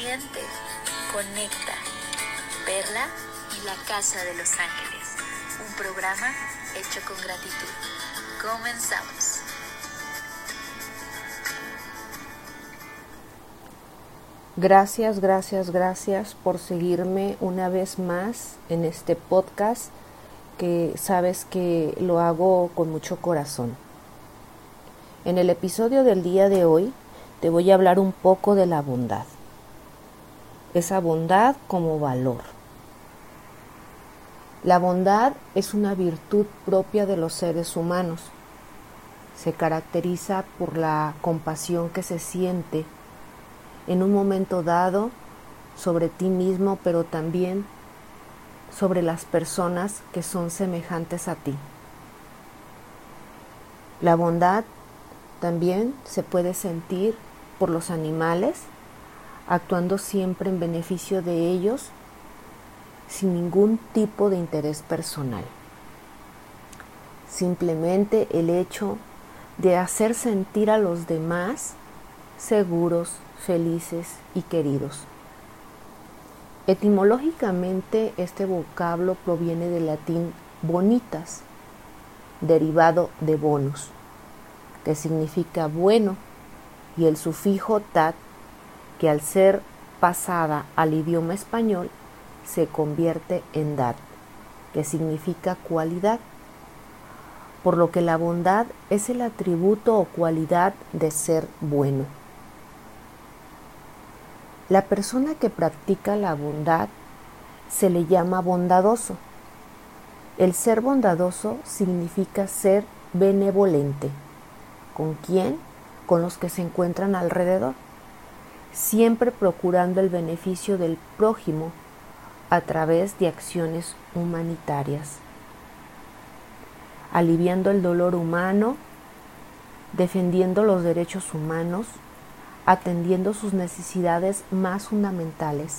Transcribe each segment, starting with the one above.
Siente, conecta, Perla y la Casa de los Ángeles, un programa hecho con gratitud. Comenzamos. Gracias por seguirme una vez más en este podcast que sabes que lo hago con mucho corazón. En el episodio del día de hoy te voy a hablar un poco de la bondad. Esa bondad como valor. La bondad es una virtud propia de los seres humanos. Se caracteriza por la compasión que se siente en un momento dado sobre ti mismo, pero también sobre las personas que son semejantes a ti. La bondad también se puede sentir por los animales, actuando siempre en beneficio de ellos, sin ningún tipo de interés personal. Simplemente el hecho de hacer sentir a los demás seguros, felices y queridos. Etimológicamente, este vocablo proviene del latín bonitas, derivado de bonus, que significa bueno, y el sufijo tat, que al ser pasada al idioma español se convierte en dat, que significa cualidad, por lo que la bondad es el atributo o cualidad de ser bueno. La persona que practica la bondad se le llama bondadoso. El ser bondadoso significa ser benevolente. ¿Con quién? Con los que se encuentran alrededor, siempre procurando el beneficio del prójimo a través de acciones humanitarias, aliviando el dolor humano, defendiendo los derechos humanos, atendiendo sus necesidades más fundamentales.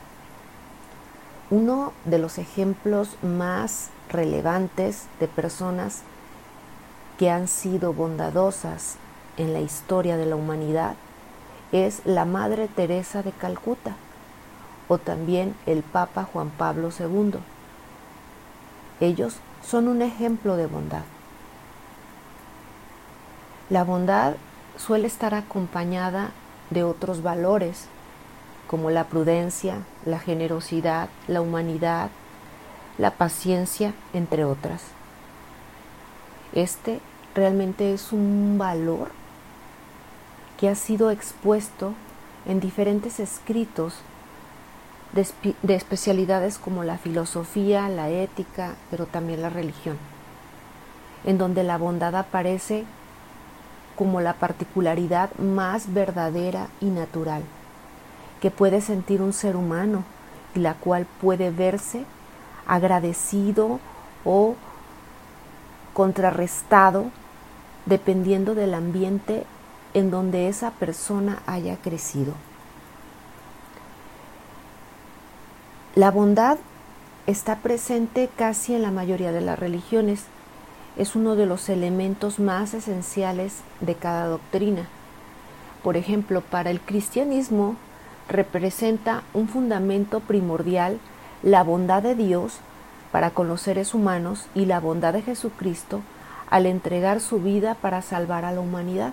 Uno de los ejemplos más relevantes de personas que han sido bondadosas en la historia de la humanidad es la Madre Teresa de Calcuta o también el Papa Juan Pablo II. Ellos son un ejemplo de bondad. La bondad suele estar acompañada de otros valores como la prudencia, la generosidad, la humanidad, la paciencia, entre otras. Este realmente es un valor que ha sido expuesto en diferentes escritos de especialidades como la filosofía, la ética, pero también la religión, en donde la bondad aparece como la particularidad más verdadera y natural que puede sentir un ser humano y la cual puede verse agradecido o contrarrestado dependiendo del ambiente en donde esa persona haya crecido. La bondad está presente casi en la mayoría de las religiones. Es uno de los elementos más esenciales de cada doctrina. Por ejemplo, para el cristianismo representa un fundamento primordial la bondad de Dios para con los seres humanos y la bondad de Jesucristo al entregar su vida para salvar a la humanidad.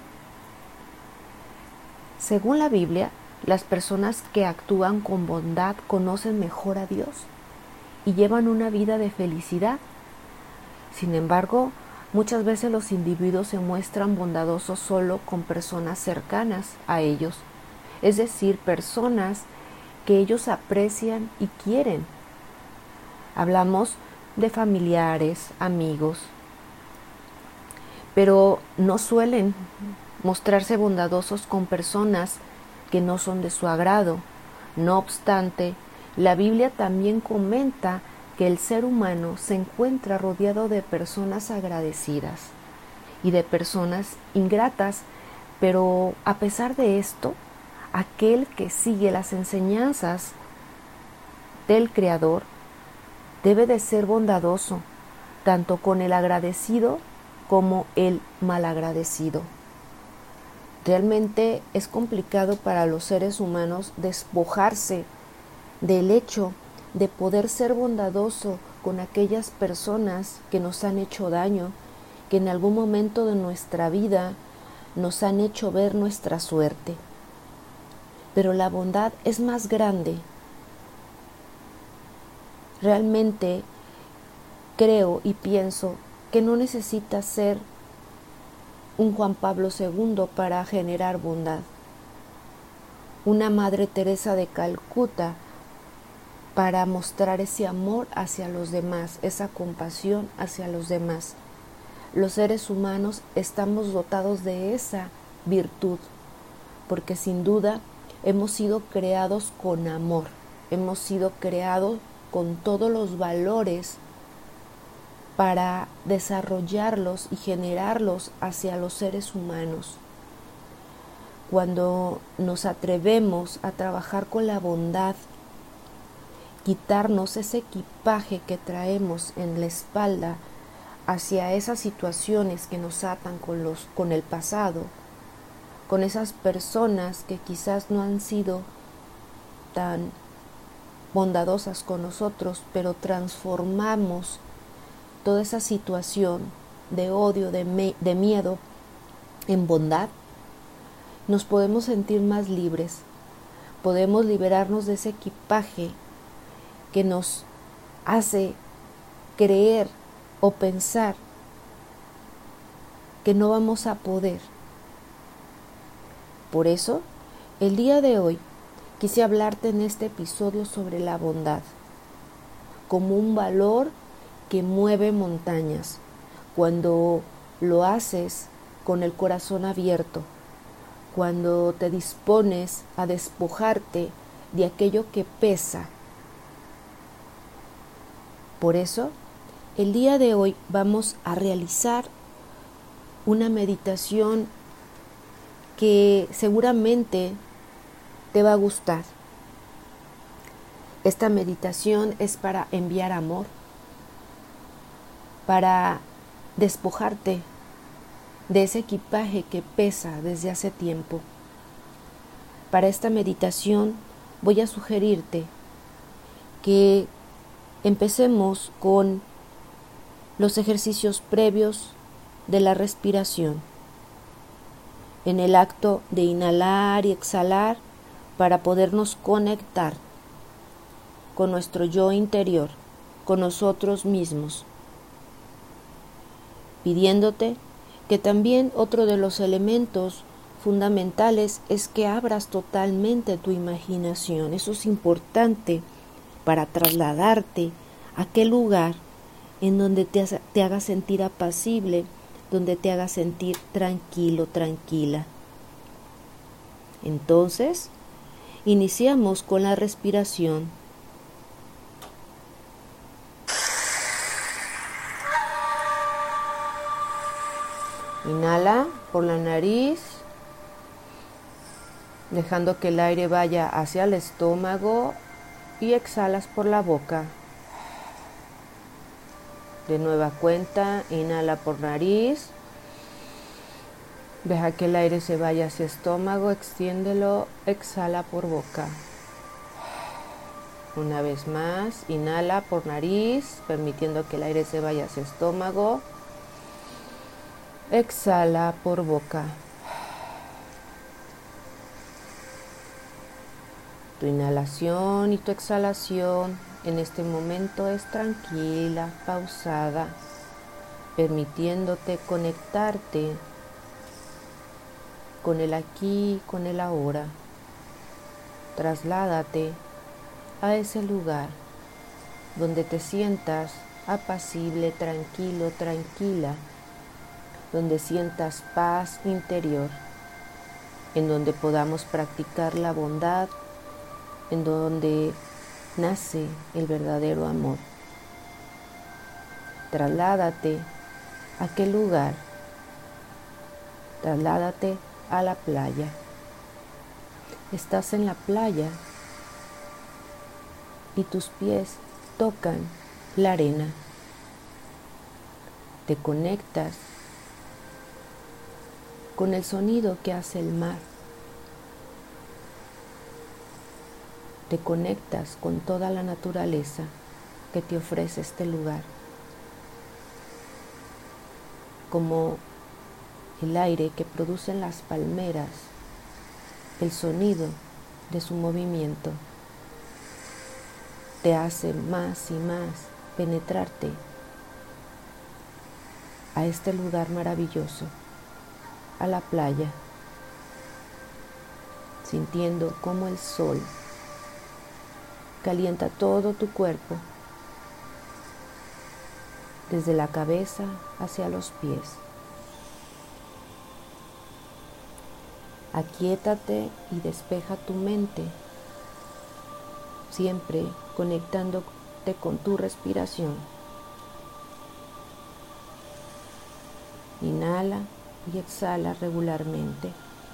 Según la Biblia, las personas que actúan con bondad conocen mejor a Dios y llevan una vida de felicidad. Sin embargo, muchas veces los individuos se muestran bondadosos solo con personas cercanas a ellos, es decir, personas que ellos aprecian y quieren. Hablamos de familiares, amigos, pero no suelen mostrarse bondadosos con personas que no son de su agrado. No obstante, la Biblia también comenta que el ser humano se encuentra rodeado de personas agradecidas y de personas ingratas, pero a pesar de esto, aquel que sigue las enseñanzas del Creador debe de ser bondadoso, tanto con el agradecido como el malagradecido. Realmente es complicado para los seres humanos despojarse del hecho de poder ser bondadoso con aquellas personas que nos han hecho daño, que en algún momento de nuestra vida nos han hecho ver nuestra suerte. Pero la bondad es más grande. Realmente creo y pienso que no necesitas ser un Juan Pablo II para generar bondad. Una Madre Teresa de Calcuta para mostrar ese amor hacia los demás, esa compasión hacia los demás. Los seres humanos estamos dotados de esa virtud, porque sin duda hemos sido creados con amor, hemos sido creados con todos los valores para desarrollarlos y generarlos hacia los seres humanos. Cuando nos atrevemos a trabajar con la bondad, quitarnos ese equipaje que traemos en la espalda hacia esas situaciones que nos atan con el pasado, con esas personas que quizás no han sido tan bondadosas con nosotros, pero transformamos toda esa situación de odio, de miedo, en bondad, nos podemos sentir más libres, podemos liberarnos de ese equipaje que nos hace creer o pensar que no vamos a poder. Por eso, el día de hoy quise hablarte en este episodio sobre la bondad, como un valor que mueve montañas, cuando lo haces con el corazón abierto, cuando te dispones a despojarte de aquello que pesa. Por eso, el día de hoy vamos a realizar una meditación que seguramente te va a gustar. Esta meditación es para enviar amor, para despojarte de ese equipaje que pesa desde hace tiempo. Para esta meditación voy a sugerirte que empecemos con los ejercicios previos de la respiración. En el acto de inhalar y exhalar para podernos conectar con nuestro yo interior, con nosotros mismos. Pidiéndote que también otro de los elementos fundamentales es que abras totalmente tu imaginación. Eso es importante para trasladarte a aquel lugar en donde te haga sentir apacible, donde te haga sentir tranquilo, tranquila. Entonces, iniciamos con la respiración. Inhala por la nariz, dejando que el aire vaya hacia el estómago, y exhalas por la boca. De nueva cuenta, inhala por nariz, deja que el aire se vaya hacia el estómago, extiéndelo, exhala por boca. Una vez más, inhala por nariz, permitiendo que el aire se vaya hacia el estómago. Exhala por boca. Tu inhalación y tu exhalación en este momento es tranquila, pausada, permitiéndote conectarte con el aquí, con el ahora. Trasládate a ese lugar donde te sientas apacible, tranquilo, tranquila, donde sientas paz interior, en donde podamos practicar la bondad, en donde nace el verdadero amor. Trasládate a aquel lugar, trasládate a la playa. Estás en la playa y tus pies tocan la arena. Te conectas con el sonido que hace el mar. Te conectas con toda la naturaleza que te ofrece este lugar, como el aire que producen las palmeras, el sonido de su movimiento, te hace más y más penetrarte a este lugar maravilloso, a la playa, sintiendo cómo el sol calienta todo tu cuerpo, desde la cabeza hacia los pies. Aquíétate y despeja tu mente, siempre conectándote con tu respiración. Inhala y exhala regularmente.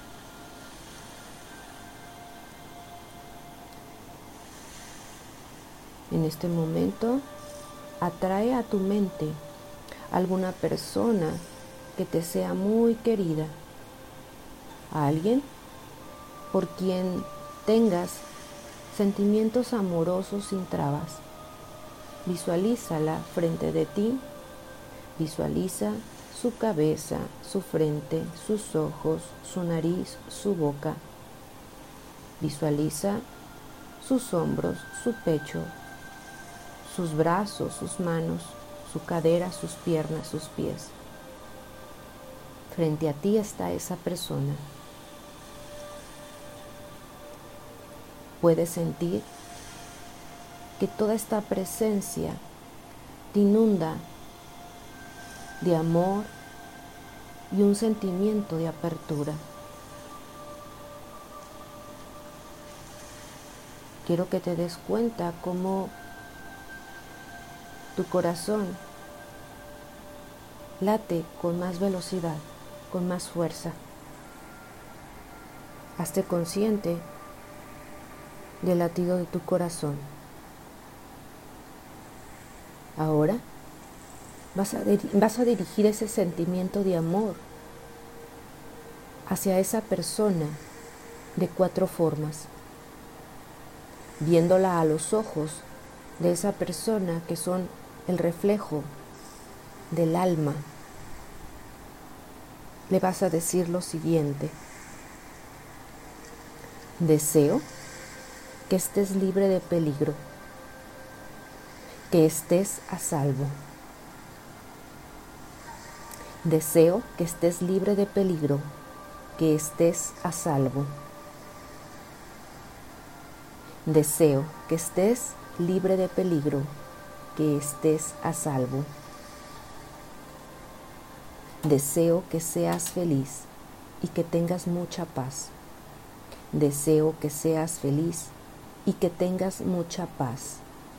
En este momento, atrae a tu mente alguna persona que te sea muy querida, a alguien por quien tengas sentimientos amorosos sin trabas. Visualízala frente de ti, visualiza su cabeza, su frente, sus ojos, su nariz, su boca. Visualiza sus hombros, su pecho, sus brazos, sus manos, su cadera, sus piernas, sus pies. Frente a ti está esa persona. Puedes sentir que toda esta presencia te inunda de amor y un sentimiento de apertura. Quiero que te des cuenta cómo tu corazón late con más velocidad, con más fuerza. Hazte consciente del latido de tu corazón. Ahora vas a dirigir ese sentimiento de amor hacia esa persona de 4 formas, viéndola a los ojos de esa persona que son el reflejo del alma. Le vas a decir lo siguiente: deseo que estés libre de peligro, que estés a salvo. Deseo que estés libre de peligro, que estés a salvo. Deseo que estés libre de peligro, que estés a salvo. Deseo que seas feliz y que tengas mucha paz. Deseo que seas feliz y que tengas mucha paz.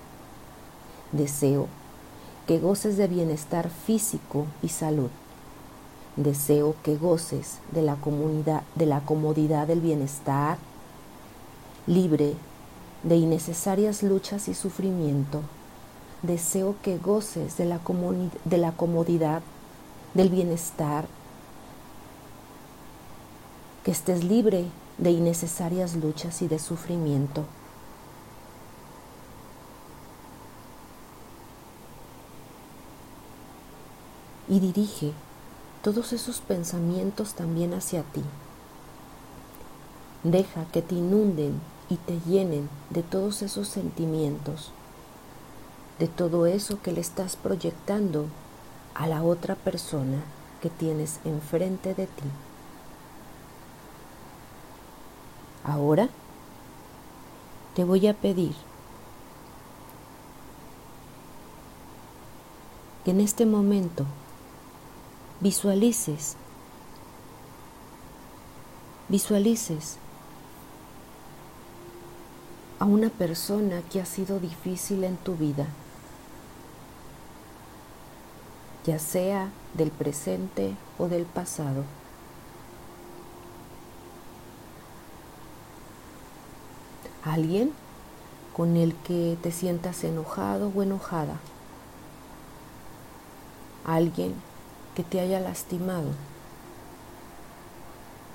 Deseo que goces de bienestar físico y salud. Deseo que goces de la comodidad del bienestar, libre de innecesarias luchas y sufrimiento. Deseo que goces de la comodidad del bienestar, que estés libre de innecesarias luchas y de sufrimiento. Y dirige todos esos pensamientos también hacia ti. Deja que te inunden y te llenen de todos esos sentimientos, de todo eso que le estás proyectando a la otra persona que tienes enfrente de ti. Ahora te voy a pedir que en este momento visualices a una persona que ha sido difícil en tu vida, ya sea del presente o del pasado. Alguien con el que te sientas enojado o enojada. Alguien que te haya lastimado.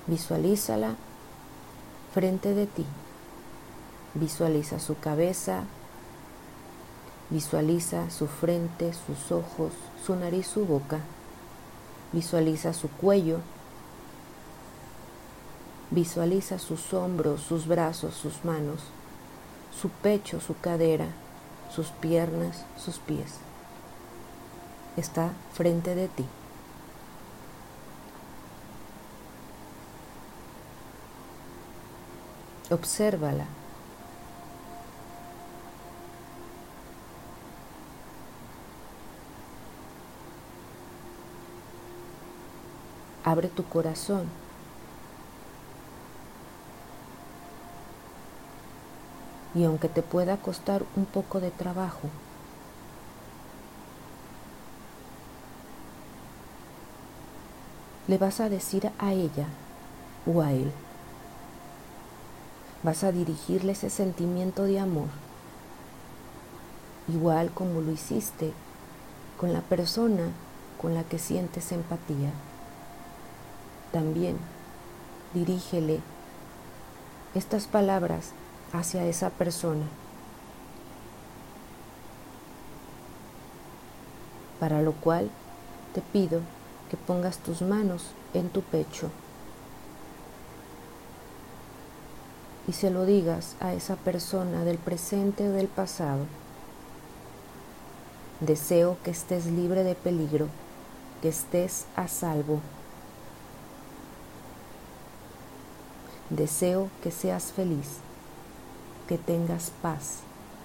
Visualízala frente de ti. Visualiza su cabeza, visualiza su frente, sus ojos, su nariz, su boca. Visualiza su cuello. Visualiza sus hombros, sus brazos, sus manos, su pecho, su cadera, sus piernas, sus pies. Está frente de ti. Obsérvala. Abre tu corazón. Y aunque te pueda costar un poco de trabajo, le vas a decir a ella o a él, vas a dirigirle ese sentimiento de amor, igual como lo hiciste con la persona con la que sientes empatía. También dirígele estas palabras hacia esa persona, para lo cual te pido que pongas tus manos en tu pecho y se lo digas a esa persona del presente o del pasado. Deseo que estés libre de peligro, que estés a salvo. Deseo que seas feliz, que tengas paz.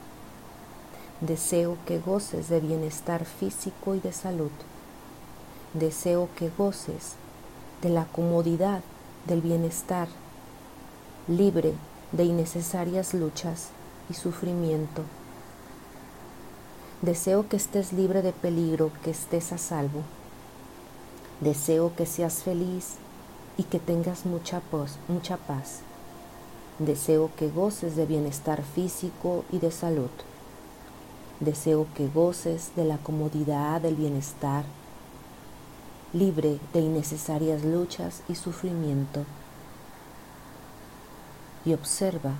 Deseo que goces de bienestar físico y de salud. Deseo que goces de la comodidad del bienestar, libre de innecesarias luchas y sufrimiento. Deseo que estés libre de peligro, que estés a salvo. Deseo que seas feliz y que tengas mucha paz. Deseo que goces de bienestar físico y de salud. Deseo que goces de la comodidad del bienestar, libre de innecesarias luchas y sufrimiento. Y observa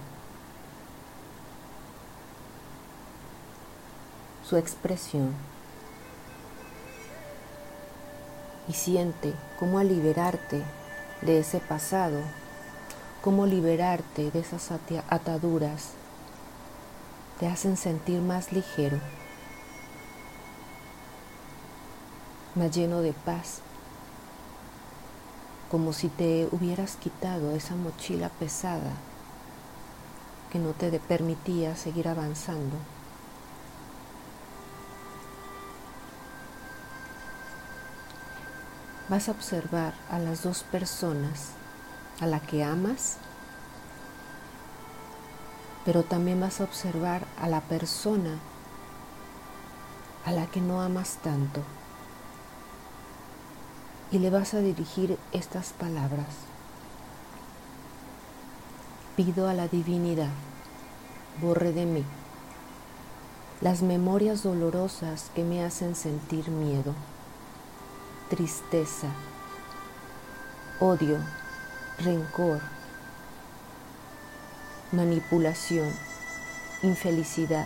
su expresión y siente cómo al liberarte de ese pasado, cómo liberarte de esas ataduras, te hacen sentir más ligero, más lleno de paz, como si te hubieras quitado esa mochila pesada que no te permitía seguir avanzando. Vas a observar a las dos personas, a la que amas, pero también vas a observar a la persona a la que no amas tanto. Y le vas a dirigir estas palabras. Pido a la divinidad, borre de mí las memorias dolorosas que me hacen sentir miedo, tristeza, odio, rencor, manipulación, infelicidad.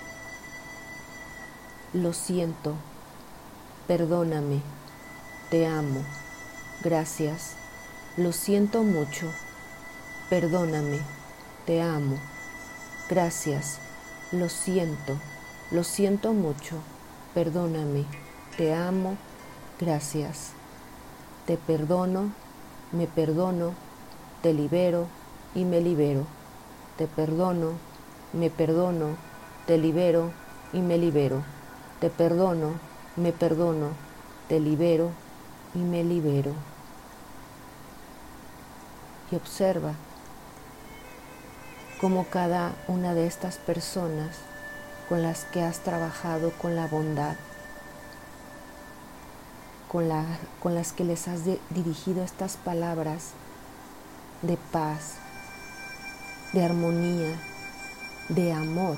Lo siento, perdóname, te amo, gracias, lo siento mucho, perdóname, te amo, gracias, lo siento mucho, perdóname, te amo, gracias, te perdono, me perdono, te libero y me libero, te perdono, me perdono, te libero y me libero, te perdono, me perdono, te libero y me libero. Y observa cómo cada una de estas personas con las que has trabajado con la bondad, con las que les has dirigido estas palabras de paz, de armonía, de amor,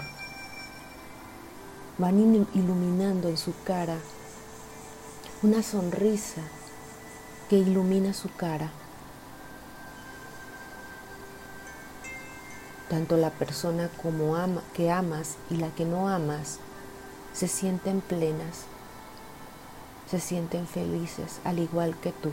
van iluminando en su cara una sonrisa que ilumina su cara, tanto la persona que amas y la que no amas se sienten plenas, se sienten felices, al igual que tú.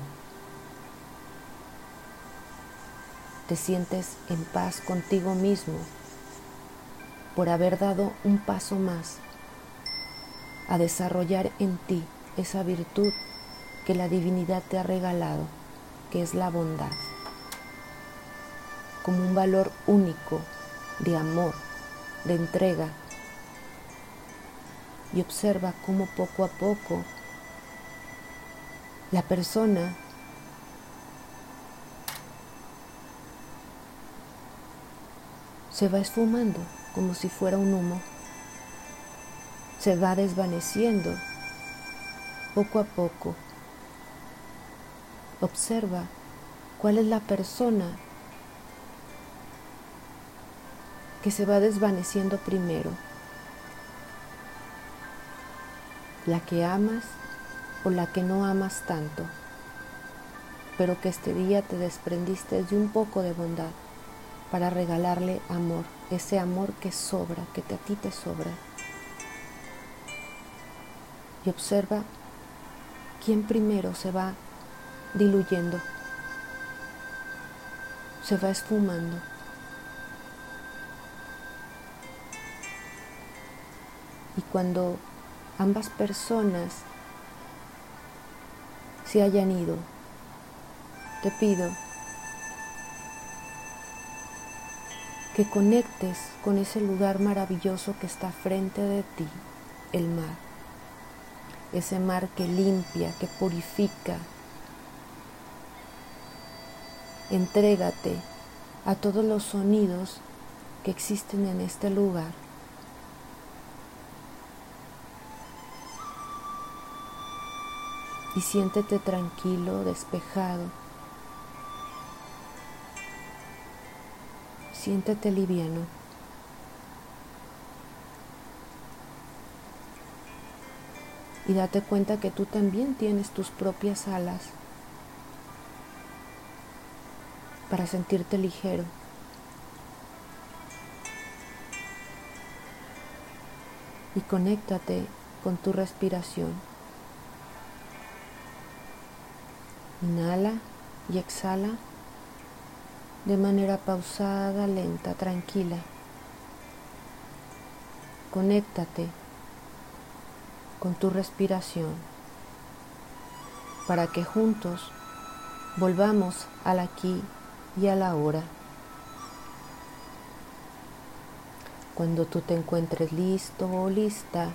Te sientes en paz contigo mismo por haber dado un paso más a desarrollar en ti esa virtud que la divinidad te ha regalado, que es la bondad, como un valor único de amor, de entrega. Y observa cómo poco a poco la persona se va esfumando como si fuera un humo, se va desvaneciendo poco a poco. Observa cuál es la persona que se va desvaneciendo primero, la que amas o la que no amas tanto, pero que este día te desprendiste de un poco de bondad para regalarle amor, ese amor que sobra, que a ti te sobra. Y observa quién primero se va diluyendo, se va esfumando. Y cuando ambas personas se hayan ido, te pido que conectes con ese lugar maravilloso que está frente de ti, el mar. Ese mar que limpia, que purifica. Entrégate a todos los sonidos que existen en este lugar. Y siéntete tranquilo, despejado. Siéntete liviano. Y date cuenta que tú también tienes tus propias alas para sentirte ligero. Y conéctate con tu respiración. Inhala y exhala de manera pausada, lenta, tranquila. Conéctate con tu respiración para que juntos volvamos al aquí y a la ahora. Cuando tú te encuentres listo o lista,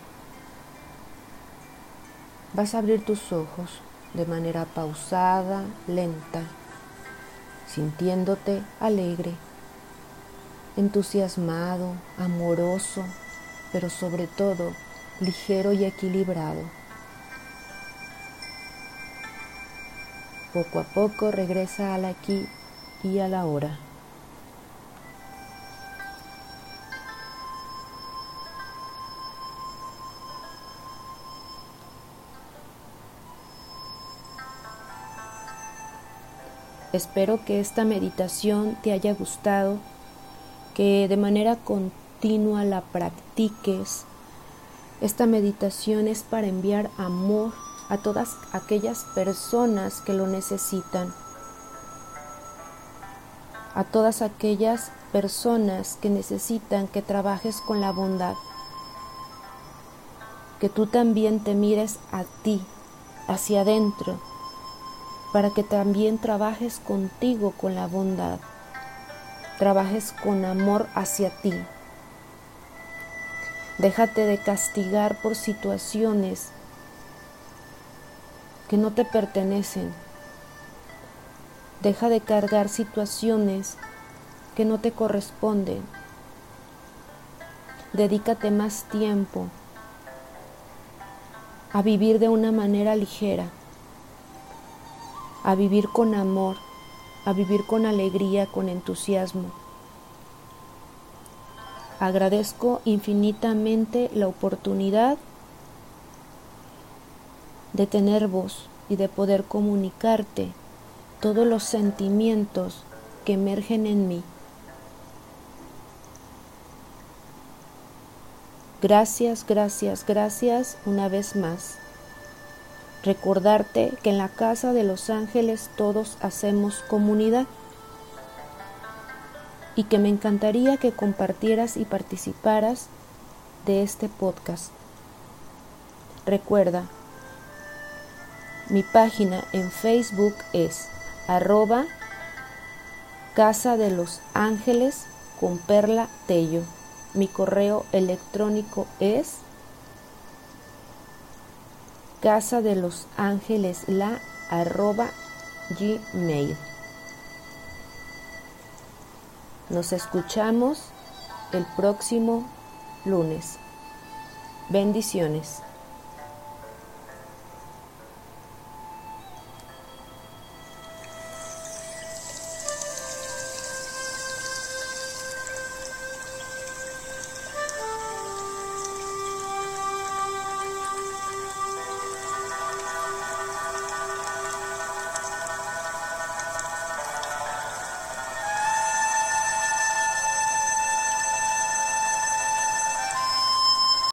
vas a abrir tus ojos de manera pausada, lenta, sintiéndote alegre, entusiasmado, amoroso, pero sobre todo ligero y equilibrado. Poco a poco regresa al aquí y a la ahora. Espero que esta meditación te haya gustado, que de manera continua la practiques. Esta meditación es para enviar amor a todas aquellas personas que lo necesitan, a todas aquellas personas que necesitan que trabajes con la bondad, que tú también te mires a ti, hacia adentro, para que también trabajes contigo con la bondad, trabajes con amor hacia ti. Déjate de castigar por situaciones que no te pertenecen. Deja de cargar situaciones que no te corresponden. Dedícate más tiempo a vivir de una manera ligera, a vivir con amor, a vivir con alegría, con entusiasmo. Agradezco infinitamente la oportunidad de tener voz y de poder comunicarte todos los sentimientos que emergen en mí. Gracias, gracias, gracias una vez más. Recordarte que en la Casa de los Ángeles todos hacemos comunidad y que me encantaría que compartieras y participaras de este podcast. Recuerda, mi página en Facebook es @Casa de los Ángeles con Perla Tello. Mi correo electrónico es casadelosángelesla@gmail. Nos escuchamos el próximo lunes. Bendiciones.